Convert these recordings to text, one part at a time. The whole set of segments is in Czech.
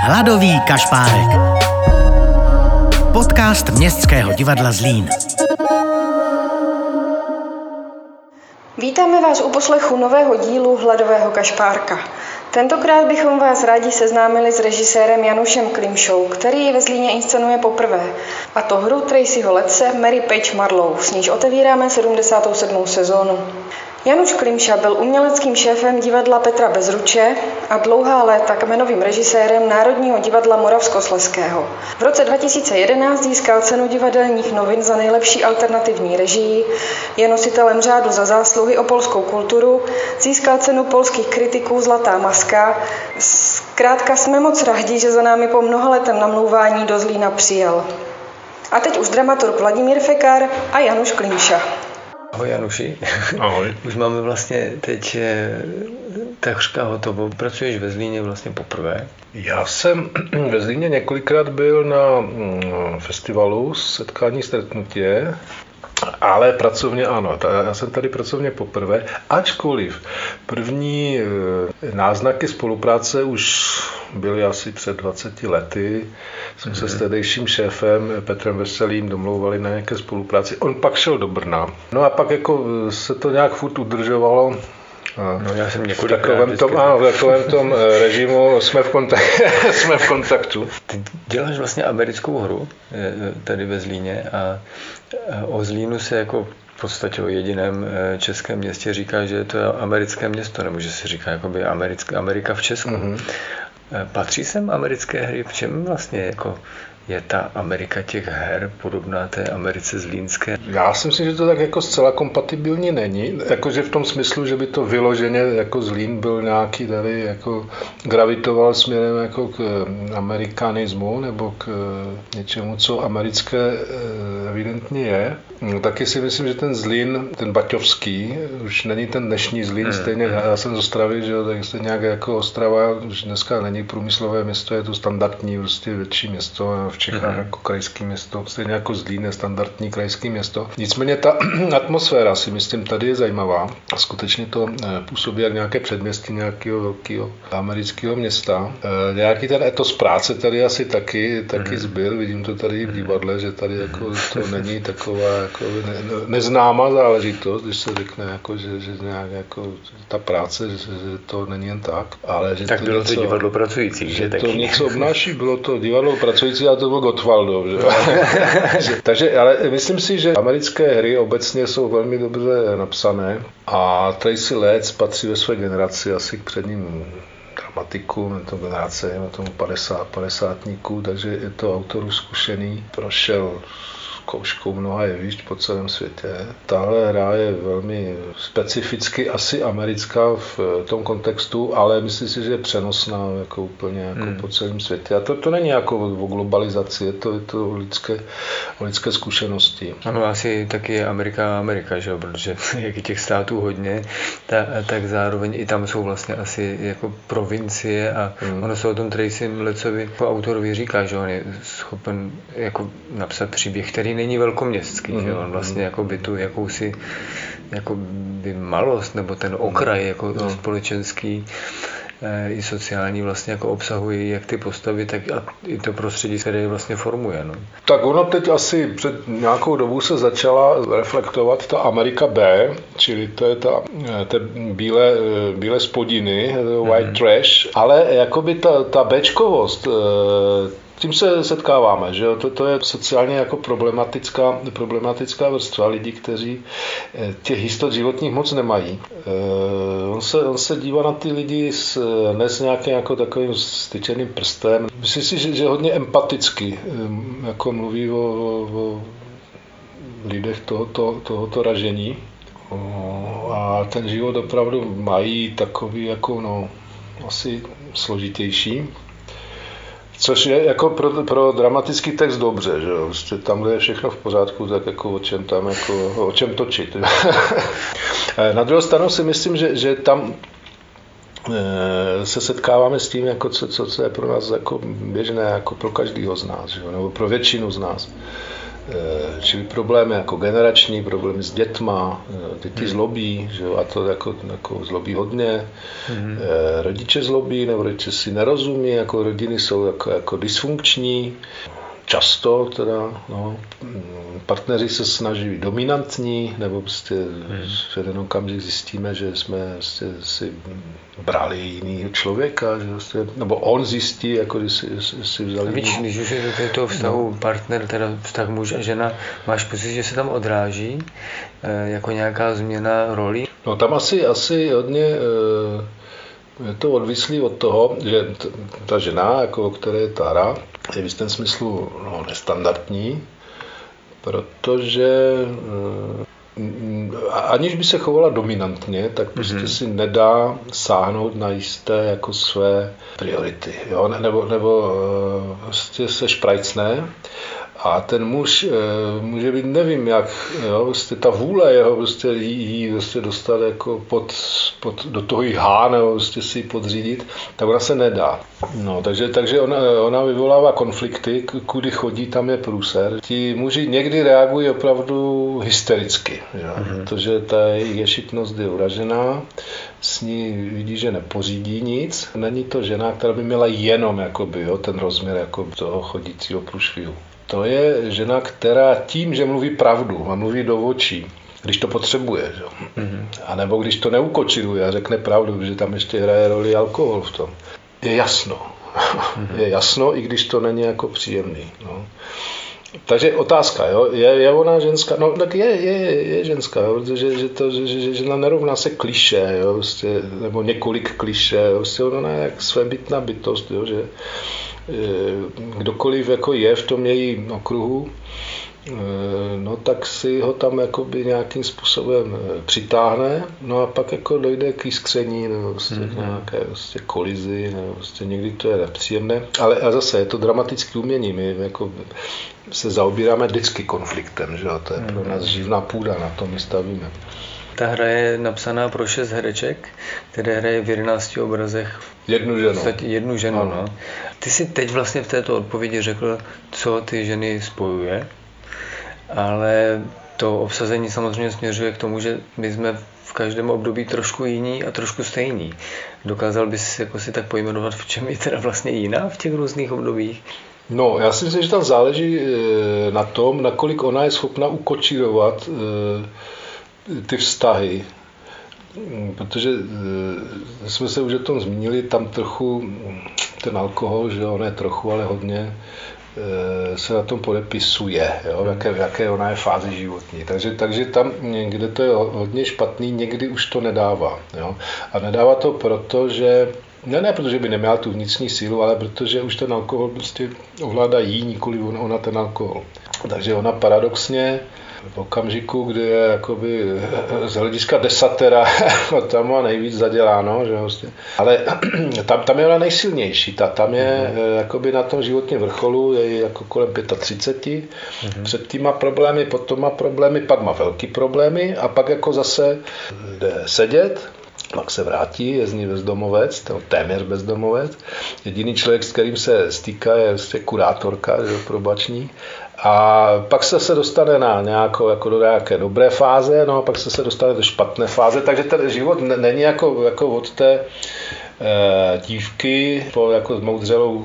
Hladový kašpárek. Podcast Městského divadla Zlín. Vítáme vás u poslechu nového dílu Hladového kašpárka. Tentokrát bychom vás rádi seznámili s režisérem Janušem Klimšou, který ji ve Zlíně inscenuje poprvé. A to hru Tracyho Letce Mary Page Marlowe, s níž otevíráme 77. sezónu. Januš Klimša byl uměleckým šéfem divadla Petra Bezruče a dlouhá léta kmenovým režisérem Národního divadla Moravskoslezského. V roce 2011 získal cenu Divadelních novin za nejlepší alternativní režii, je nositelem řádu za zásluhy o polskou kulturu, získal cenu polských kritiků Zlatá maska. Zkrátka jsme moc rádi, že za námi po mnohaletém namlouvání do Zlína přijel. A teď už dramaturg Vladimír Fekar a Januš Klimša. Ahoj Januši. Ahoj. Už máme vlastně teď takřka hotovo. Pracuješ ve Zlíně vlastně poprvé? Já jsem ve Zlíně několikrát byl na festivalu Setkání stretnutě, ale pracovně ano. Já jsem tady pracovně poprvé, ačkoliv první náznaky spolupráce už byly asi před 20 lety. Jsme se s tehdejším šéfem Petrem Veselým domlouvali na nějaké spolupráci. On pak šel do Brna. No a pak jako se to nějak furt udržovalo. No, já jsem v takovém tom režimu jsme v kontaktu. Ty děláš vlastně americkou hru tady ve Zlíně a o Zlínu se jako v podstatě o jediném českém městě říká, že to je americké město, nebo že se říká jakoby Amerika v Česku. Mm-hmm. Patří sem americké hry? V čem vlastně jako je ta Amerika těch her podobná té Americe zlínské? Já si myslím, že to tak jako zcela kompatibilní není. Jakože v tom smyslu, že by to vyloženě jako Zlín byl nějaký tady jako gravitoval směrem jako k amerikanismu nebo k něčemu, co americké evidentně je. No, taky si myslím, že ten Zlín, ten baťovský, už není ten dnešní Zlín, stejně já jsem z Ostravy, že jo, tak stejně jako Ostrava už dneska není průmyslové město, je to standardní prostě větší město, v Čechách jako krajské město, stejně jako Zlín je standardní krajské město. Nicméně ta atmosféra si myslím tady je zajímavá a skutečně to působí jak nějaké předměstí nějakého velkého amerického města. Nějaký ten etos práce tady asi taky zbyl, vidím to tady v divadle, že tady jako to není taková jako neznámá záležitost, když se řekne jako, že nějak jako ta práce, že to není jen tak, ale že tak to bylo něco, to divadlo pracující, že to něco obnáší, bylo to divadlo pracující, a to byl Gottwaldov, že? Takže, ale myslím si, že americké hry obecně jsou velmi dobře napsané a Tracy Letts patří ve své generaci asi k předním dramatikům, to generace, tomu 50níků, takže je to autor zkušený, prošel zkouškou mnoha jevišť po celém světě. Tahle hra je velmi specificky asi americká v tom kontextu, ale myslím si, že je přenosná jako úplně jako po celém světě. A to není jako o globalizaci, je to o lidské zkušenosti. Ano, asi taky je Amerika, že jo, protože jak je těch států hodně, tak zároveň i tam jsou vlastně asi jako provincie a ono se o tom Tracy Lettsovi jako autorovi říká, že on je schopen jako napsat příběh, který není velkoměstský, že on vlastně jako by tu jakousi jako by malost nebo ten okraj jako společenský i sociální vlastně jako obsahují jak ty postavy, tak i to prostředí, které je vlastně formuje. No. Tak ono teď asi před nějakou dobou se začala reflektovat ta Amerika B, čili to je ty bílé spodiny, white trash, ale jakoby ta Bčkovost, tím se setkáváme, že jo? To je sociálně jako problematická vrstva lidí, kteří těch histot životních moc nemají. On se dívá na ty lidi ne s nějakým jako takovým styčeným prstem. Myslím si, že hodně empaticky jako mluví o lidech tohoto ražení. A ten život opravdu mají takový jako asi složitější. Což je jako pro dramatický text dobře, že jo, prostě tam, kde je všechno v pořádku, tak jako o čem točit. Na druhou stranu si myslím, že tam se setkáváme s tím, jako co je pro nás jako běžné, jako pro každého z nás, že jo, nebo pro většinu z nás. Čili problémy jako generační, problémy s dětma, děti zlobí, že jo, a to jako zlobí hodně, rodiče zlobí, nebo rodiče si nerozumí, jako rodiny jsou jako dysfunkční, často teda, no, partneři se snaží být dominantní, nebo prostě v jeden okamžik zjistíme, že jsme prostě si brali jinýho člověka, že prostě, nebo on zjistí, jako když si vzali. Víš, když už je do toho vztahu partner, teda vztah muž a žena, máš pocit, že se tam odráží jako nějaká změna rolí? No tam asi hodně je to odvislý od toho, že ta žena, jako o které je ta hra, je v jistém smyslu nestandardní, protože aniž by se chovala dominantně, tak prostě si nedá sáhnout na jisté jako své priority, jo? Nebo prostě se šprajcne. A ten muž může být, nevím jak, jo, prostě ta vůle jeho prostě jí prostě dostat jako do toho jhá, nebo prostě si ji podřídit, tak ona se nedá. No, takže ona vyvolává konflikty, kudy chodí, tam je průser. Ti muži někdy reagují opravdu hystericky, jo, protože ta jejich ješitnost je uražená, s ní vidí, že nepořídí nic. Není to žena, která by měla jenom jakoby, jo, ten rozměr jako toho chodícího průšvihu. To je žena, která tím, že mluví pravdu a mluví do očí, když to potřebuje, že? A nebo když to neukočiruje a řekne pravdu, že tam ještě hraje roli alkohol v tom. Je jasno. Je jasno, i když to není jako příjemný. No. Takže otázka, jo? Je ona ženská? No tak je ženská, jo? Protože žena nerovná se klišé, jo? Prostě, nebo několik klišé, jo? Prostě ona je jak svébytná bytost, jo? Že kdokoliv jako je v tom její okruhu, no tak si ho tam jakoby nějakým způsobem přitáhne, no a pak jako dojde k jiskření, nebo prostě k nějaké prostě kolizi, nebo prostě někdy to je nepříjemné, ale zase je to dramatické umění, my jako se zaobíráme vždycky konfliktem, že jo, to je pro nás živná půda, na tom my stavíme. Ta hra je napsaná pro 6 hereček, které hraje v 11 obrazech. Jednu ženu, no. Ty si teď vlastně v této odpovědi řekl, co ty ženy spojuje, ale to obsazení samozřejmě směřuje k tomu, že my jsme v každém období trošku jiní a trošku stejní. Dokázal bys jako si tak pojmenovat, v čem je teda vlastně jiná v těch různých obdobích? No, já si myslím, že tam záleží na tom, nakolik ona je schopna ukočírovat ty vztahy, protože jsme se už o tom zmínili, tam trochu ten alkohol, že jo, ne trochu, ale hodně se na tom podepisuje, jo, v jaké ona je fázi životní. Takže tam, kde to je hodně špatný, někdy už to nedává. Jo. A nedává to proto, že ne, protože by neměla tu vnitřní sílu, ale protože už ten alkohol prostě ovládá jí, nikoli ona ten alkohol. Takže ona paradoxně v okamžiku, kdy je jakoby z hlediska desatera, tam má nejvíc zaděláno, že vlastně. Ale tam je ona nejsilnější, tam je jakoby na tom životním vrcholu, je jako kolem 35, předtím má problémy, potom má problémy, pak má velký problémy a pak jako zase jde sedět, pak se vrátí, je z ní bezdomovec, téměř bezdomovec. Jediný člověk, s kterým se stýká, je vlastně kurátorka, že, probační. A pak se dostane na nějakou, jako do nějaké dobré fáze, no a pak se dostane do špatné fáze, takže ten život není jako od té dívky po jako zmoudřelou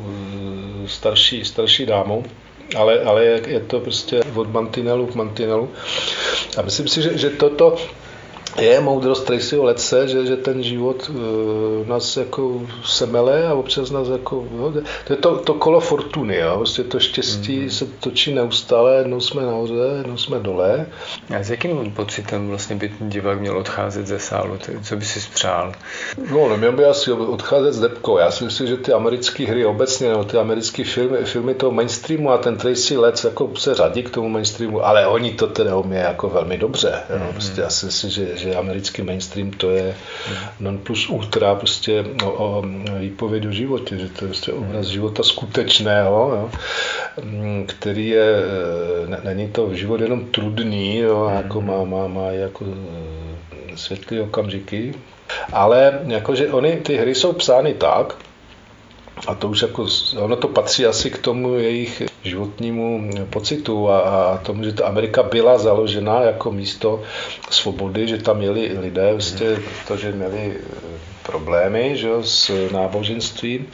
starší dámou, ale je to prostě od mantinelu k mantinelu. A myslím si, že toto je moudrost Tracyho Letce, že ten život nás jako semele a občas nás jako, jo, to je to kolo fortuny, jo, vlastně to štěstí se točí neustále, jednou jsme nahoře, jednou jsme dole. A s jakým pocitem vlastně by divák měl odcházet ze sálu, co by si spřál? No, neměl by asi odcházet s debkou, já si myslím, že ty americké hry obecně, nebo ty americké filmy toho mainstreamu a ten Tracy Letts jako se řadí k tomu mainstreamu, ale oni to teda umí jako velmi dobře, jo, prostě já si myslím, že americký mainstream to je non plus ultra prostě o výpověď o životě, že to je prostě obraz života skutečného, jo, který je, není to život jenom trudný, jo, jako má jako světlý okamžiky, ale jakože ty hry jsou psány tak, A to už jako, ono to patří asi k tomu jejich životnímu pocitu a tomu, že ta Amerika byla založena jako místo svobody, že tam jeli lidé, vlastně, protože měli problémy, že, s náboženstvím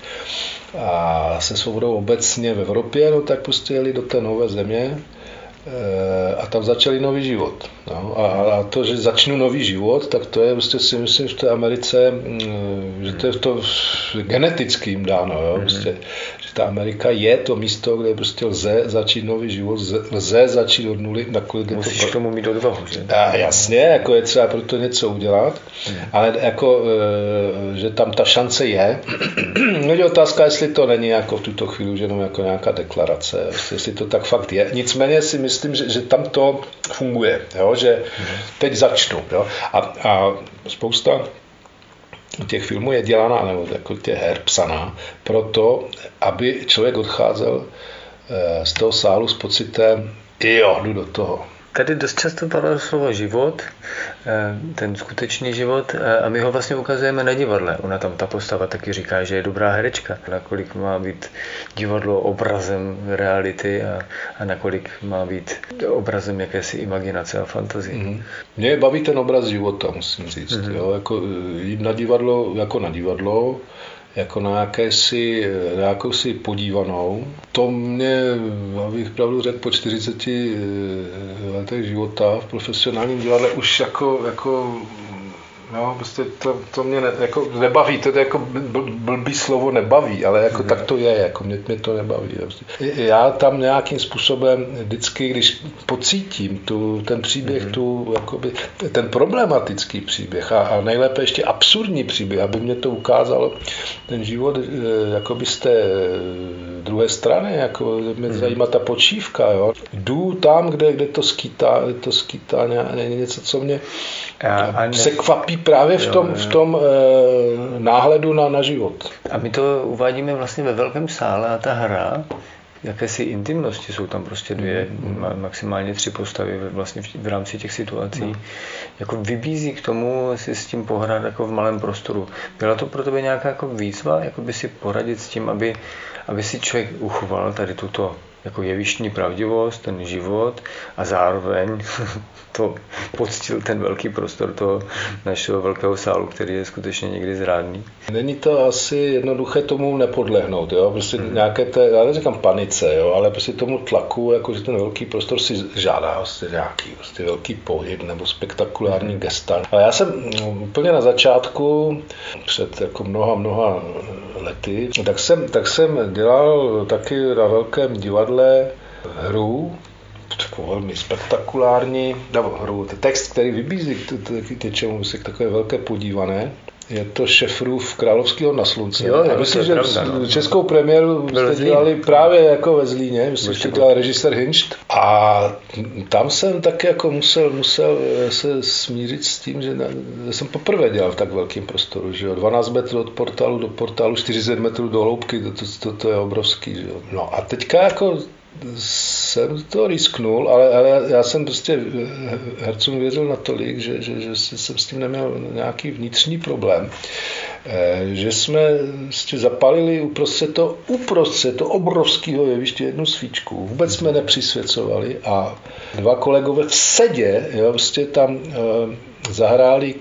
a se svobodou obecně v Evropě, no tak prostě jeli do té nové země a tam začali nový život. No, a to, že začnu nový život, tak to je prostě si myslím v té Americe, že to je to geneticky jim dáno, jo, prostě, že ta Amerika je to místo, kde prostě lze začít nový život, lze začít od nuly. Musíš k tomu mít odvahu, že? A jasně, jako je třeba pro to něco udělat, ale jako, že tam ta šance je. No je otázka, jestli to není jako v tuto chvíli už jenom jako nějaká deklarace, jestli to tak fakt je. Nicméně si myslím, že tam to funguje, jo? Že teď začnu. Jo? A spousta těch filmů je dělaná, nebo jako těch her psaná, proto, aby člověk odcházel z toho sálu s pocitem, jo, jdu do toho. Tady dost často padá slovo život, ten skutečný život, a my ho vlastně ukazujeme na divadle. Ona tam ta postava taky říká, že je dobrá herečka. Nakolik má být divadlo obrazem reality a nakolik má být obrazem jakési imaginace a fantazie. Mě baví ten obraz života, musím říct. Jo? Jako jít na divadlo jako na divadlo, jako na jakousi podívanou. To mě, abych pravdu řekl, po 40 letech života v profesionálním divadle už jako no, prostě to mě jako nebaví, to je jako blbý slovo nebaví, ale jako tak to je, jako mě to nebaví. Já tam nějakým způsobem vždycky, když pocítím ten příběh, jakoby, ten problematický příběh a nejlépe ještě absurdní příběh, aby mě to ukázalo ten život jakoby z té druhé strany, jako mě zajímá ta počívka, jo. Jdu tam, kde to skýtá něco, co mě se kvapí právě v tom náhledu na život. A my to uvádíme vlastně ve velkém sále a ta hra, jakési intimnosti, jsou tam prostě dvě, maximálně 3 postavy vlastně v rámci těch situací, jako vybízí k tomu si s tím pohrát jako v malém prostoru. Byla to pro tebe nějaká jako výzva, jako by si poradit s tím, aby si člověk uchoval tady tuto jako jevištní pravdivost, ten život a zároveň to poctil ten velký prostor toho našeho velkého sálu, který je skutečně někdy zrádný. Není to asi jednoduché tomu nepodlehnout, jo? Prostě nějaké já neříkám panice, jo? Ale prostě tomu tlaku, jakože ten velký prostor si žádá prostě nějaký prostě velký pohyb nebo spektakulární gesta. Ale já jsem úplně na začátku, před jako mnoha lety, tak jsem dělal taky na velkém divadle hru, velmi spektakulární, nebo hru, text, který vybízí k něčemu, k takové velké podívané. Je to Šefrův Královského na slunce. Jo, já myslím, že pravda, no. Českou premiéru jste dělali právě jako ve Zlíně, myslím, že dělal režisér Hinšt. A tam jsem taky jako musel se smířit s tím, že jsem poprvé dělal v tak velkém prostoru. Že jo? 12 metrů od portálu do portálu, 40 metrů do hloubky, to je obrovský. Že jo? No a teďka jako jsem to risknul, ale já jsem prostě hercům věřil natolik, že jsem s tím neměl nějaký vnitřní problém. Že jsme zapalili uprostřed to obrovského jeviště jednu svíčku. Vůbec jsme nepřisvěcovali a 2 kolegové v sedě, jo, prostě tam zahráli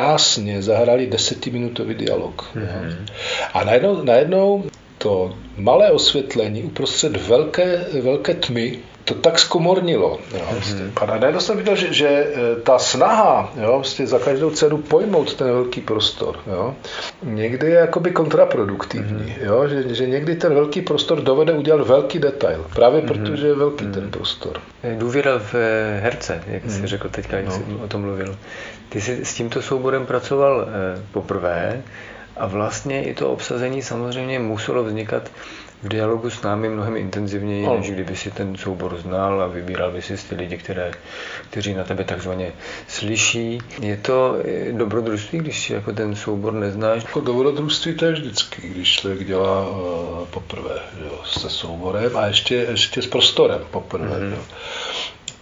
10minutový dialog. A najednou to malé osvětlení uprostřed velké tmy to tak zkomornilo. A najednou jsem viděl, že ta snaha, jo, za každou cenu pojmout ten velký prostor, jo, někdy je jakoby kontraproduktivní. Jo, že někdy ten velký prostor dovede udělat velký detail, právě protože je velký ten prostor. Důvěra v herce, jak jsi řekl teďka, jak jsi o tom mluvil. Ty jsi s tímto souborem pracoval poprvé, a vlastně i to obsazení samozřejmě muselo vznikat v dialogu s námi mnohem intenzivněji, než kdyby si ten soubor znal a vybíral by si ty lidi, kteří na tebe takzvaně slyší. Je to dobrodružství, když jako ten soubor neznáš? Jako dobrodružství to je vždycky, když člověk dělá poprvé, jo, se souborem a ještě s prostorem poprvé. Jo.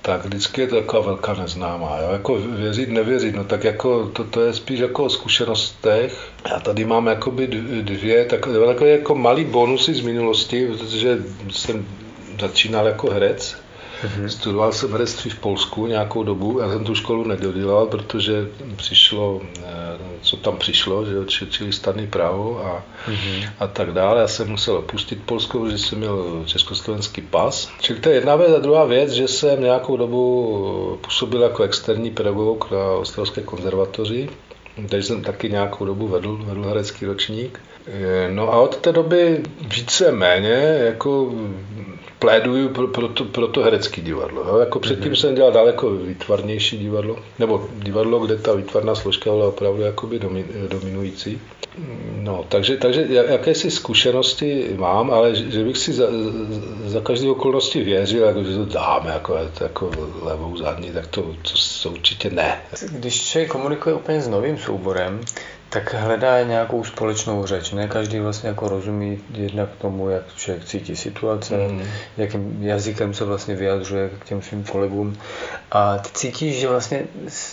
tak vždycky je to taková velká neznámá. Jo? Jako věřit, nevěřit, no tak jako to je spíš jako o zkušenostech. Já tady mám jakoby dvě takové jako malý bonusy z minulosti, protože jsem začínal jako herec. Studoval jsem herectví v Polsku nějakou dobu, já jsem tu školu nedodělal, protože přišlo, co tam přišlo, že čili stanné právo a tak dále. Já jsem musel opustit Polsko, protože jsem měl československý pas. Čili to je jedna věc a druhá věc, že jsem nějakou dobu působil jako externí pedagog na Ostravské konzervatoři, kde jsem taky nějakou dobu vedl herecký ročník. No a od té doby více-méně jako pléduju pro to herecké divadlo. Jo? Jako předtím jsem dělal daleko výtvarnější divadlo, nebo divadlo, kde ta výtvarná složka byla opravdu jakoby dominující. No, takže jakési zkušenosti mám, ale že bych si za každé okolnosti věřil, jako, že to dáme jako levou zadní, tak to určitě ne. Když člověk komunikuje úplně s novým souborem, tak hledá nějakou společnou řeč. Ne každý vlastně jako rozumí jednak tomu, jak člověk cítí situace, jakým jazykem se vlastně vyjadřuje k těm svým kolegům. A ty cítíš, že vlastně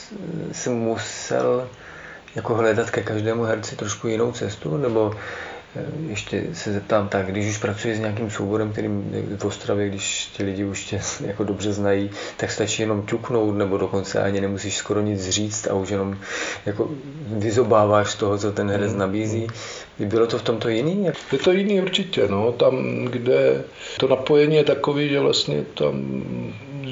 si musel jako hledat ke každému herci trošku jinou cestu, nebo ještě se zeptám tak, když už pracuješ s nějakým souborem, kterým v Ostravě, když ti lidi už tě jako dobře znají, tak stačí jenom ťuknout, nebo dokonce ani nemusíš skoro nic říct a už jenom jako vyzobáváš z toho, co ten herec nabízí. Bylo to v tomto jiný? Je to jiný určitě, no, tam, kde to napojení je takový, že vlastně tam že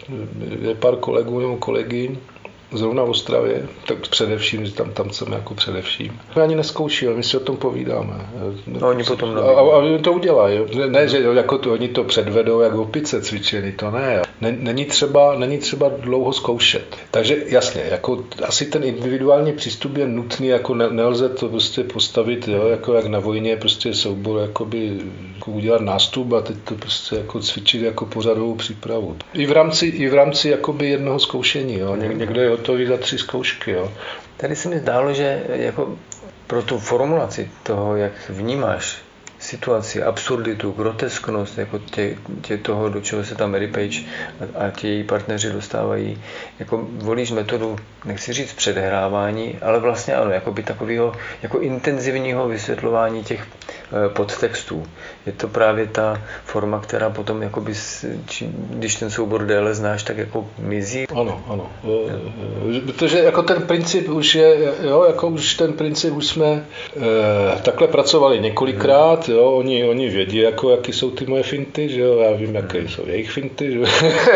je pár kolegů nebo kolegyň, zrovna v Ostravě, tak především, že tam jsem jako především. My ani neskouší, my si o tom povídáme. No, oni potom a oni to udělají. Ne, že jako oni to předvedou jak opice cvičení, to ne. Není třeba dlouho zkoušet. Takže jasně, jako asi ten individuální přístup je nutný, jako nelze to prostě postavit, jo, jako jak na vojně prostě soubor jakoby udělat nástup a teď to prostě jako cvičit jako pořadovou přípravu. I v rámci jakoby jednoho zkoušení, jo. Někdo je hotový za 3 zkoušky, jo. Tady se mi zdálo, že jako pro tu formulaci toho, jak vnímáš situaci, absurditu, grotesknost, jako tě toho, do čeho se tam Mary Page a ti její partneři dostávají, jako volíš metodu, nechci říct předhrávání, ale vlastně ano, jako by takového jako intenzivního vysvětlování těch podtextů. Je to právě ta forma, která potom, jakoby, když ten soubor déle znáš, tak jako mizí. Ano. Protože jako ten princip už je, jo, jako už ten princip už jsme takhle pracovali několikrát, jo, oni vědí, jako, jaký jsou ty moje finty, že jo, já vím, jaké jsou jejich finty, že jo.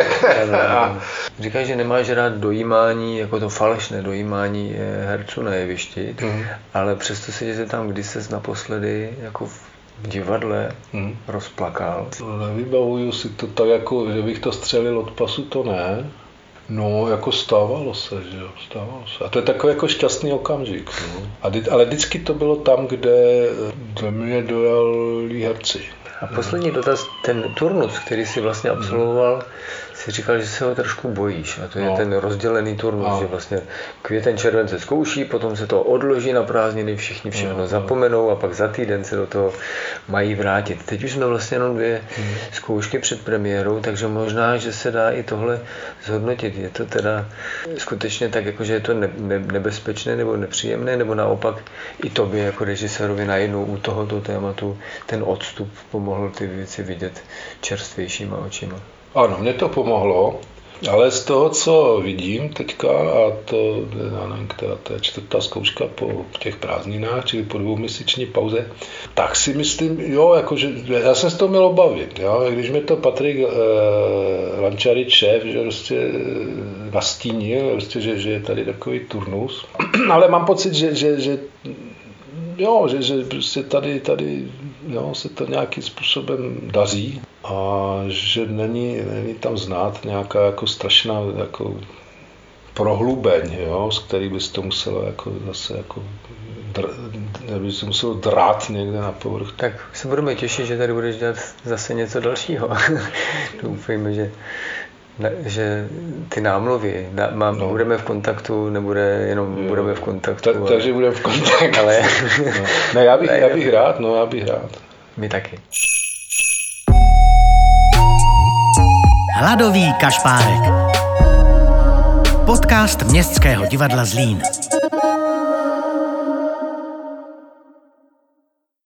Říkáš, že nemáš rád dojímání, jako to falešné dojímání herců na jevišti, ale přesto se tě tam, kdy ses naposledy jako v divadle rozplakal. Nevybavuju si to tak, jako, že bych to střelil od pasu, to ne. No, jako stávalo se, že jo, stávalo se. A to je takový jako šťastný okamžik, no. Ale vždycky to bylo tam, kde mě dojali herci. A poslední dotaz, ten turnus, který si vlastně absolvoval, si říkal, že se ho trošku bojíš. A to je ten rozdělený turnus, že vlastně květen, červen se zkouší, potom se to odloží na prázdniny, všichni všechno zapomenou a pak za týden se do toho mají vrátit. Teď už jsme vlastně jenom 2 zkoušky před premiérou, takže možná, že se dá i tohle zhodnotit. Je to teda skutečně tak, jako, že je to nebezpečné nebo nepříjemné, nebo naopak i tobě jako režisérovi najednou u tohoto tématu ten odstup pomohl ty věci vidět čerstvějšíma očima. Ano, mě to pomohlo, ale z toho, co vidím teďka, a to, já nevím, to je 4. zkouška po těch prázdninách, čili po 2měsíční pauze, tak si myslím, jo, jakože, já jsem z toho měl obavy, jo, když mi to Patrik Lančarič, šéf, že prostě nastínil, prostě, že je tady takový turnus, ale mám pocit, že prostě tady jo, se to nějakým způsobem daří a že není tam znát nějaká jako strašná jako prohlubeň, jo, z který bys to muselo jako zase jako by se muselo drát někde na povrch. Tak se budeme těšit, že tady budeš dělat zase něco dalšího. Doufejme, že ty námluvy, budeme v kontaktu, nebude jenom budeme v kontaktu. Takže budeme v kontaktu. Ale... Ne, já bych rád. My taky. Hladový kašpárek. Podcast Městského divadla Zlín.